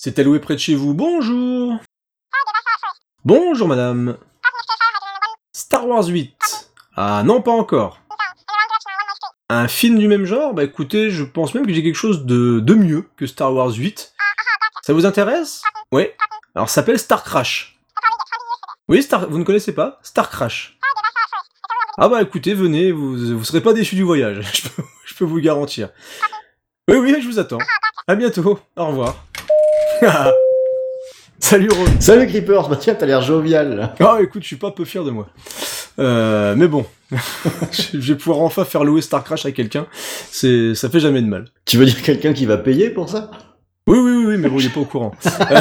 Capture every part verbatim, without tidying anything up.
C'est alloué près de chez vous. Bonjour. Bonjour madame. Star Wars huit. Ah non, pas encore. Un film du même genre? Bah écoutez, je pense même que j'ai quelque chose de, de mieux que Star Wars huit. Ça vous intéresse? Ouais. Alors ça s'appelle Star Crash. Oui, Star... vous ne connaissez pas? Star Crash. Ah bah écoutez, venez, vous, vous serez pas déçus du voyage, je peux, je peux vous le garantir. Oui, oui, je vous attends. À bientôt, au revoir. Salut Ron. Salut Creepers, bah tiens, t'as l'air jovial là. Ah écoute, je suis pas peu fier de moi. Euh, mais bon, je vais pouvoir enfin faire louer Star Crash à quelqu'un, c'est, ça fait jamais de mal. Tu veux dire quelqu'un qui va payer pour ça? Oui, oui, oui, oui, mais bon, il est pas au courant.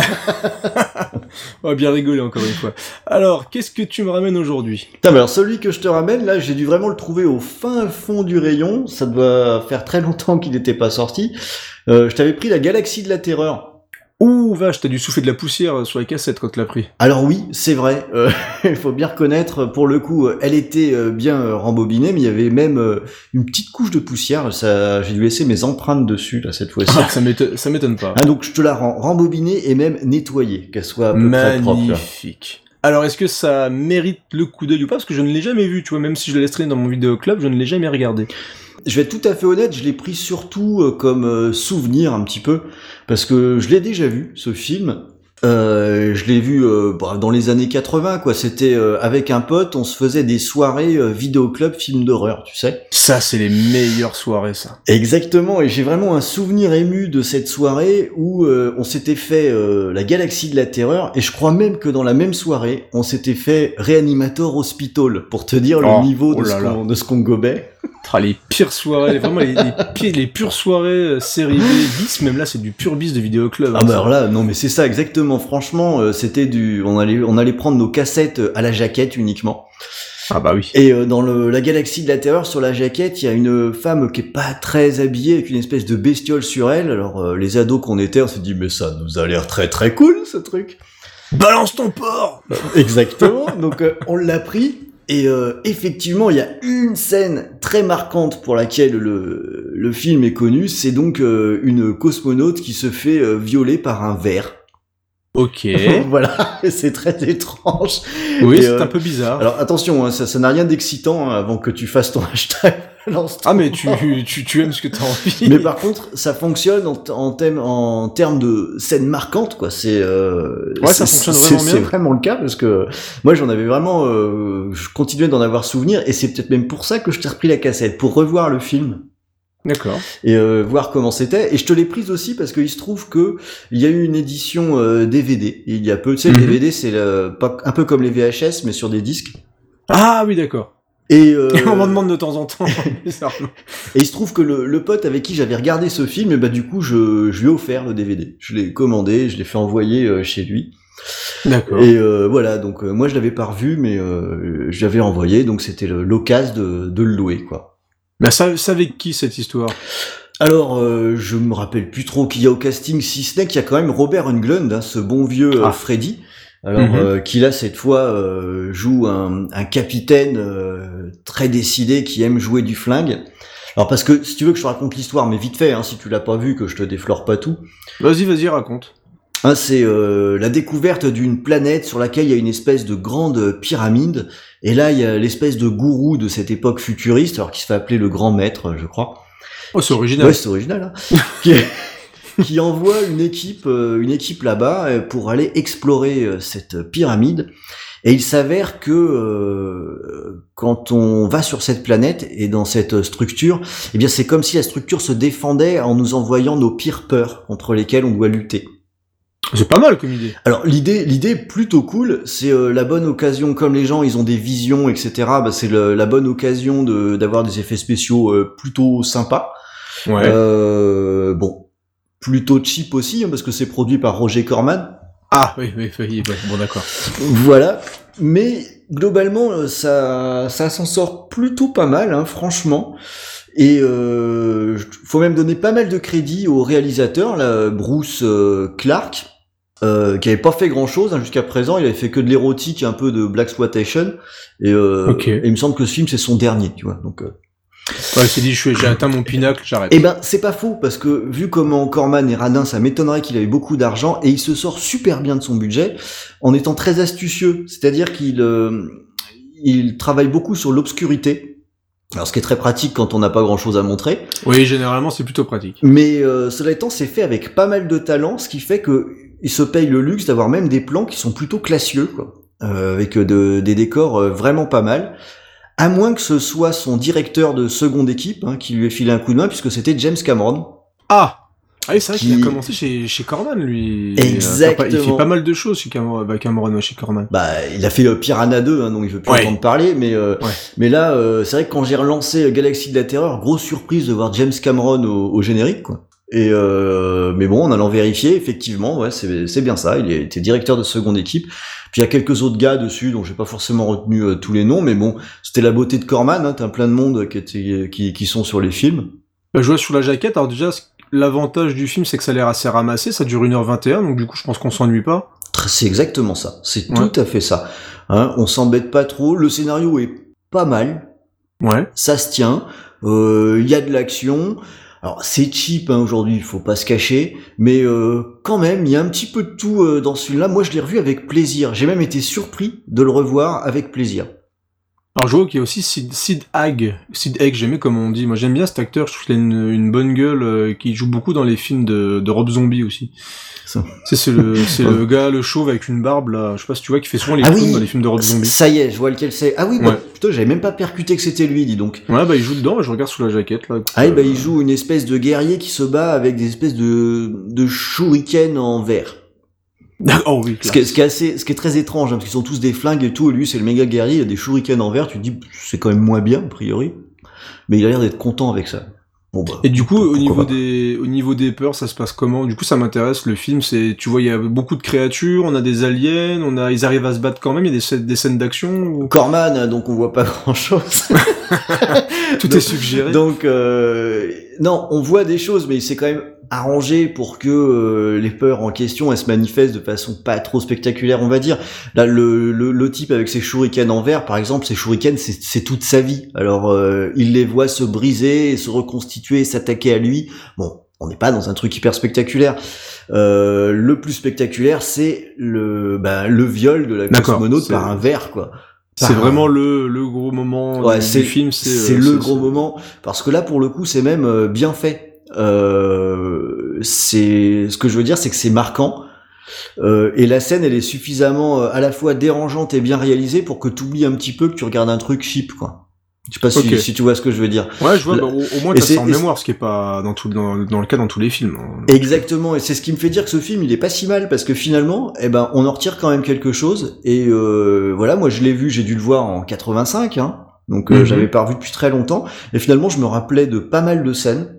On va bien rigoler encore une fois. Alors, qu'est-ce que tu me ramènes aujourd'hui? Putain, mais alors celui que je te ramène, là, j'ai dû vraiment le trouver au fin fond du rayon. Ça doit faire très longtemps qu'il n'était pas sorti. Euh, je t'avais pris la Galaxie de la Terreur. Ouh, vache, t'as dû souffler de la poussière sur les cassettes quand tu l'as pris. Alors oui, c'est vrai. Euh, il faut bien reconnaître, pour le coup, elle était bien rembobinée, mais il y avait même une petite couche de poussière. Ça, j'ai dû laisser mes empreintes dessus, là, cette fois-ci. Ah, ça m'étonne, ça m'étonne pas. Ah, donc je te la rends rembobinée et même nettoyée, qu'elle soit à peu Magnifique. près propre. Magnifique. Alors, est-ce que ça mérite le coup d'œil ou pas? Parce que je ne l'ai jamais vu, tu vois, même si je l'ai laissé dans mon vidéoclub, je ne l'ai jamais regardé. Je vais être tout à fait honnête, je l'ai pris surtout euh, comme euh, souvenir un petit peu, parce que je l'ai déjà vu, ce film. Euh, je l'ai vu euh, bah, dans les années quatre-vingts, quoi. C'était euh, avec un pote, on se faisait des soirées euh, vidéoclub films d'horreur, tu sais. Ça, c'est les meilleures soirées, ça. Exactement, et j'ai vraiment un souvenir ému de cette soirée où euh, on s'était fait euh, la Galaxie de la Terreur, et je crois même que dans la même soirée, on s'était fait Reanimator Hospital, pour te dire oh, le niveau oh de, là ce là. qu'on, de ce qu'on gobait. Ah, les pires soirées, vraiment les, les, pires, les pures soirées euh, série B, bis, même là c'est du pur bis de vidéoclub. Ah hein, bah ça. alors là, non mais c'est ça exactement, franchement, euh, c'était du... On allait, on allait prendre nos cassettes à la jaquette uniquement. Ah bah oui. Et euh, dans le, la Galaxie de la Terreur, sur la jaquette, il y a une femme qui est pas très habillée, avec une espèce de bestiole sur elle. Alors euh, les ados qu'on était, on s'est dit, mais ça nous a l'air très très cool ce truc. Balance ton porc. Exactement, donc euh, on l'a pris. Et euh, effectivement, il y a une scène très marquante pour laquelle le, le film est connu, c'est donc euh, une cosmonaute qui se fait euh, violer par un ver. Ok. Voilà, c'est très étrange. Oui, Et, c'est euh, un peu bizarre. Alors attention, hein, ça, ça n'a rien d'excitant hein, avant que tu fasses ton hashtag. Ah mais tu, tu, tu aimes ce que t'as envie. Mais par contre, ça fonctionne en, en, thème, en termes de scène marquante, quoi. C'est, euh, ouais, ça c'est, fonctionne c'est, vraiment bien. C'est vraiment le cas parce que moi, j'en avais vraiment, euh, je continuais d'en avoir souvenir et c'est peut-être même pour ça que je t'ai repris la cassette pour revoir le film. D'accord. Et euh, voir comment c'était. Et je te l'ai prise aussi parce qu'il se trouve que il y a eu une édition euh, D V D. Il y a peu, tu sais, mm-hmm. Le D V D, c'est le, pas, un peu comme les V H S, mais sur des disques. Ah oui, d'accord. Et, euh... et on m'en demande de temps en temps. Et il se trouve que le, le pote avec qui j'avais regardé ce film, et bah du coup, je, je lui ai offert le D V D. Je l'ai commandé, je l'ai fait envoyer euh, chez lui. D'accord. Et euh, voilà, donc euh, moi je l'avais pas revu, mais euh, je l'avais envoyé, donc c'était le, l'occasion de, de le louer, quoi. Bah ça, c'est avec qui cette histoire? Alors, euh, je me rappelle plus trop qui y a au casting, si ce n'est qu'il y a quand même Robert Englund, hein, ce bon vieux euh, ah. Freddy. Alors mm-hmm. euh, qui là cette fois euh, joue un, un capitaine euh, très décidé qui aime jouer du flingue. Alors parce que si tu veux que je te raconte l'histoire, mais vite fait, hein, si tu l'as pas vu, que je te déflore pas tout. Vas-y, vas-y, raconte. Hein, c'est euh, la découverte d'une planète sur laquelle il y a une espèce de grande pyramide, et là il y a l'espèce de gourou de cette époque futuriste, alors qui se fait appeler le Grand Maître, je crois. Oh, c'est original. Ouais, c'est original. Hein. qui est... qui envoie une équipe, euh, une équipe là-bas pour aller explorer euh, cette pyramide. Et il s'avère que euh, quand on va sur cette planète et dans cette structure, eh bien c'est comme si la structure se défendait en nous envoyant nos pires peurs contre lesquelles on doit lutter. C'est pas mal comme idée. Alors l'idée, l'idée est plutôt cool. C'est euh, la bonne occasion, comme les gens ils ont des visions, et cetera. Bah, c'est le, la bonne occasion de d'avoir des effets spéciaux euh, plutôt sympas. Ouais. Euh, bon. Plutôt cheap aussi, hein, parce que c'est produit par Roger Corman. Ah, oui, oui, oui, bon, d'accord. Voilà. Mais, globalement, ça, ça s'en sort plutôt pas mal, hein, franchement. Et, euh, faut même donner pas mal de crédit au réalisateur, là, Bruce euh, Clark, euh, qui avait pas fait grand chose, hein, jusqu'à présent. Il avait fait que de l'érotique, un peu de blaxploitation. Et, euh, okay. et il me semble que ce film, c'est son dernier, tu vois, donc, euh, Ouais, il s'est dit, j'ai atteint mon pinacle, j'arrête. Eh ben, c'est pas faux, parce que vu comment Corman est radin, ça m'étonnerait qu'il avait beaucoup d'argent, et il se sort super bien de son budget, en étant très astucieux. C'est-à-dire qu'il euh, il travaille beaucoup sur l'obscurité. Alors, ce qui est très pratique quand on n'a pas grand-chose à montrer. Oui, généralement, c'est plutôt pratique. Mais euh, cela étant, c'est fait avec pas mal de talent, ce qui fait que il se paye le luxe d'avoir même des plans qui sont plutôt classieux, quoi, euh, avec de, des décors euh, vraiment pas mal. À moins que ce soit son directeur de seconde équipe hein, qui lui ait filé un coup de main, puisque c'était James Cameron. Ah Ah oui, c'est vrai qui... qu'il a commencé chez, chez Corman, lui. Exactement. Il, euh, il fait pas mal de choses chez Cameron, bah, Cameron chez Corman. Bah, il a fait euh, Piranha deux, hein, donc il veut plus ouais. entendre parler, mais euh, ouais. mais là, euh, c'est vrai que quand j'ai relancé Galaxy de la Terreur, grosse surprise de voir James Cameron au, au générique, quoi. Et euh, mais bon, en allant vérifier, effectivement, ouais, c'est c'est bien ça. Il était directeur de seconde équipe. Puis il y a quelques autres gars dessus, dont j'ai pas forcément retenu euh, tous les noms, mais bon, c'était la beauté de Corman. Hein, t'as plein de monde qui était qui qui sont sur les films. Bah, je vois sur la jaquette. Alors déjà, l'avantage du film, c'est que ça a l'air assez ramassé. Ça dure une heure vingt et un, donc du coup, je pense qu'on s'ennuie pas. C'est exactement ça. C'est ouais. tout à fait ça. Hein, on s'embête pas trop. Le scénario est pas mal. Ouais. Ça se tient. Il euh, y a de l'action. Alors c'est cheap hein, aujourd'hui, il faut pas se cacher, mais euh, quand même, il y a un petit peu de tout euh, dans celui-là. Moi, je l'ai revu avec plaisir. J'ai même été surpris de le revoir avec plaisir. Alors je vois qu'il y a aussi Sid, Sid Haig, Sid Haig, j'aimais comme on dit. Moi j'aime bien cet acteur, je trouve qu'il a une, une bonne gueule, euh, qui joue beaucoup dans les films de, de Rob Zombie aussi. Ça. C'est, c'est le, c'est le gars, le chauve avec une barbe là. Je sais pas si tu vois, qui fait souvent les ah films oui, dans les films de Rob Zombie. Ça y est, je vois lequel c'est. Ah oui, bah, ouais. putain, j'avais même pas percuté que c'était lui, dis donc. Ouais, bah il joue dedans. Je regarde sous la jaquette là. Ah oui, bah il joue une espèce de guerrier qui se bat avec des espèces de de shurikens en verre. Oh oui, ce qui, est, ce qui est assez, ce qui est très étrange, hein, parce qu'ils sont tous des flingues et tout, et lui c'est le méga guerrier, il a des shurikens en verre, tu te dis, c'est quand même moins bien, a priori. Mais il a l'air d'être content avec ça. Bon, bah, et du coup, au niveau pas. des, au niveau des peurs, ça se passe comment? Du coup, ça m'intéresse, le film, c'est, tu vois, il y a beaucoup de créatures, on a des aliens, on a, ils arrivent à se battre quand même, il y a des, des scènes d'action, ou... Corman, donc on voit pas grand chose. Tout donc, est suggéré. Donc, euh, non, on voit des choses, mais c'est quand même arrangé pour que euh, les peurs en question elles se manifestent de façon pas trop spectaculaire, on va dire. Là, le, le, le type avec ses shurikens en verre, par exemple, ses shurikens, c'est, c'est toute sa vie. Alors, euh, il les voit se briser, se reconstituer, s'attaquer à lui. Bon, on n'est pas dans un truc hyper spectaculaire. Euh, le plus spectaculaire, c'est le, ben, le viol de la D'accord, cosmonaute c'est... par un verre, quoi. C'est par... vraiment le, le gros moment ouais, du, c'est, du film. C'est, c'est euh, le c'est, gros c'est... moment, parce que là, pour le coup, c'est même euh, bien fait. Euh, c'est ce que je veux dire, c'est que c'est marquant euh, et la scène elle est suffisamment euh, à la fois dérangeante et bien réalisée pour que tu oublies un petit peu que tu regardes un truc cheap, quoi. Je sais pas si, okay. si tu vois ce que je veux dire. Ouais, je vois. Bah, au, au moins t'as ça en mémoire, ce qui est pas dans tout dans, dans le cas dans tous les films. Hein. Exactement, et c'est ce qui me fait dire que ce film il est pas si mal parce que finalement, eh ben, on en retire quand même quelque chose. Et euh, voilà, moi je l'ai vu, j'ai dû le voir en quatre-vingt-cinq, hein, donc euh, mm-hmm. j'avais pas revu depuis très longtemps. Et finalement, je me rappelais de pas mal de scènes.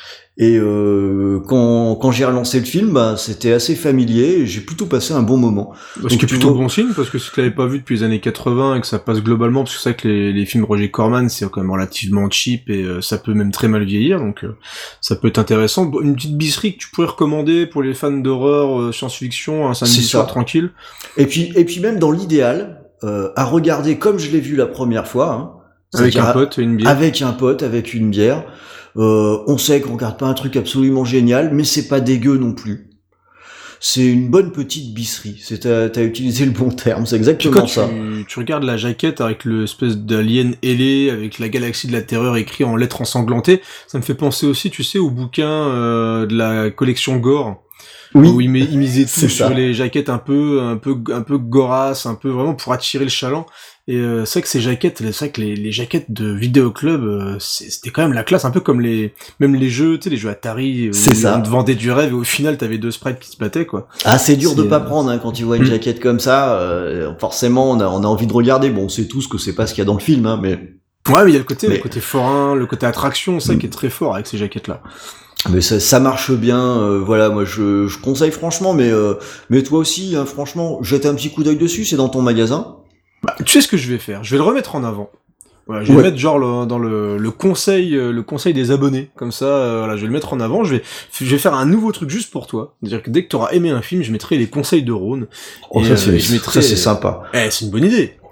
Et euh, quand, quand j'ai relancé le film, bah, c'était assez familier et j'ai plutôt passé un bon moment. Ce qui est plutôt vois... bon signe, parce que si tu l'avais pas vu depuis les années quatre-vingts et que ça passe globalement, parce que c'est vrai que les, les films Roger Corman, c'est quand même relativement cheap et euh, ça peut même très mal vieillir, donc euh, ça peut être intéressant. Une petite bisserie que tu pourrais recommander pour les fans d'horreur, euh, science-fiction, un samedi soir tranquille. Et puis, et puis même dans l'idéal, euh, à regarder comme je l'ai vu la première fois, hein, avec un pote et une bière. Avec un pote, avec une bière. Euh, on sait qu'on regarde pas un truc absolument génial, mais c'est pas dégueu non plus. C'est une bonne petite bisserie. C'est t'as, t'as utilisé le bon terme, c'est exactement quand ça. Tu, tu regardes la jaquette avec l'espèce d'alien ailé, avec la galaxie de la terreur écrit en lettres ensanglantées, ça me fait penser aussi, tu sais, au bouquin euh, de la collection Gore. Oui. Où il, met, il misait tout sur les jaquettes un peu, un peu, un peu gorasses, un peu vraiment pour attirer le chaland. Et euh, c'est vrai que ces jaquettes, c'est vrai que les, les jaquettes de vidéoclub, euh, c'était quand même la classe, un peu comme les, même les jeux, tu sais, les jeux Atari, où c'est ça. On te vendait du rêve et au final t'avais deux sprites qui se battaient, quoi. Ah, c'est dur c'est, de pas euh... prendre, hein, quand tu vois une mmh. jaquette comme ça, euh, forcément on a, on a envie de regarder. Bon, on sait tous que c'est pas ce qu'il y a dans le film, hein, mais... Ouais, mais il y a le côté, mais... le côté forain, le côté attraction, ça mmh. qui est très fort avec ces jaquettes-là. Mais ça, ça marche bien, euh, voilà, moi je, je conseille franchement, mais euh, mais toi aussi, hein, franchement, jette un petit coup d'œil dessus, c'est dans ton magasin. Bah, tu sais ce que je vais faire, je vais le remettre en avant. Voilà, je vais ouais. le mettre genre le, dans le, le conseil, le conseil des abonnés, comme ça, euh, voilà, je vais le mettre en avant. Je vais, je vais faire un nouveau truc juste pour toi, c'est-à-dire que dès que tu auras aimé un film, je mettrai les conseils de Rhône. Oh, et, ça, c'est, euh, je mettrai, ça c'est sympa. Eh, c'est une bonne idée.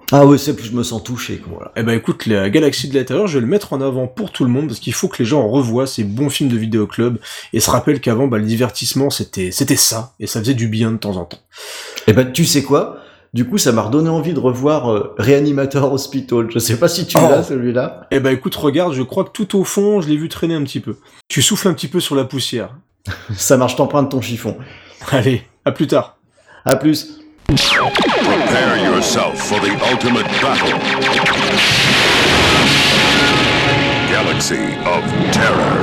Ah ouais, c'est, je me sens touché, quoi. Voilà. Eh ben écoute, la Galaxie de l'intérieur, je vais le mettre en avant pour tout le monde, parce qu'il faut que les gens revoient ces bons films de vidéoclub, et se rappellent qu'avant, bah, le divertissement, c'était c'était ça, et ça faisait du bien de temps en temps. Eh ben, tu sais quoi? Du coup, ça m'a redonné envie de revoir euh, Reanimator Hospital. Je sais pas si tu Oh. l'as, celui-là. Eh ben écoute, regarde, je crois que tout au fond, je l'ai vu traîner un petit peu. Tu souffles un petit peu sur la poussière. Ça marche, t'empruntes ton chiffon. Allez, à plus tard. À plus. Prepare yourself for the ultimate battle. Galaxy of Terror.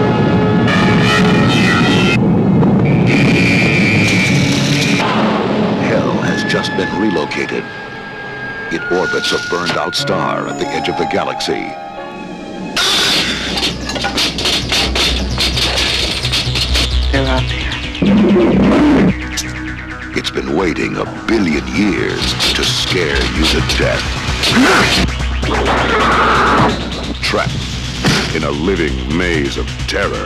Hell has just been relocated. It orbits a burned-out star at the edge of the galaxy. They're out there. It's been waiting a billion years to scare you to death. Trapped in a living maze of terror.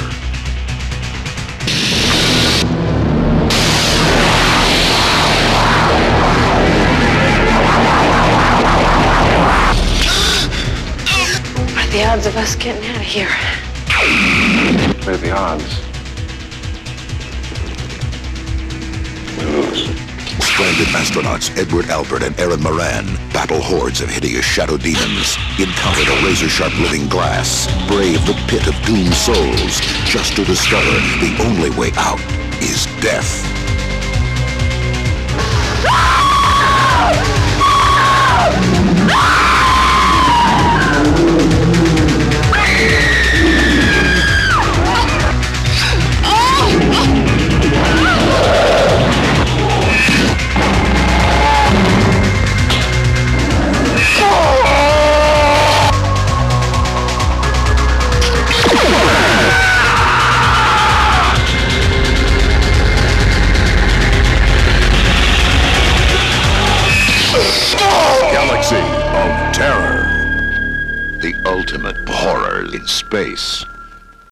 What are the odds of us getting out of here? What are the odds? We lose. Stranded astronauts Edward Albert and Aaron Moran battle hordes of hideous shadow demons, encounter the razor-sharp living glass, brave the pit of doomed souls, just to discover the only way out is death. Galaxy of Terror. The ultimate horror in space.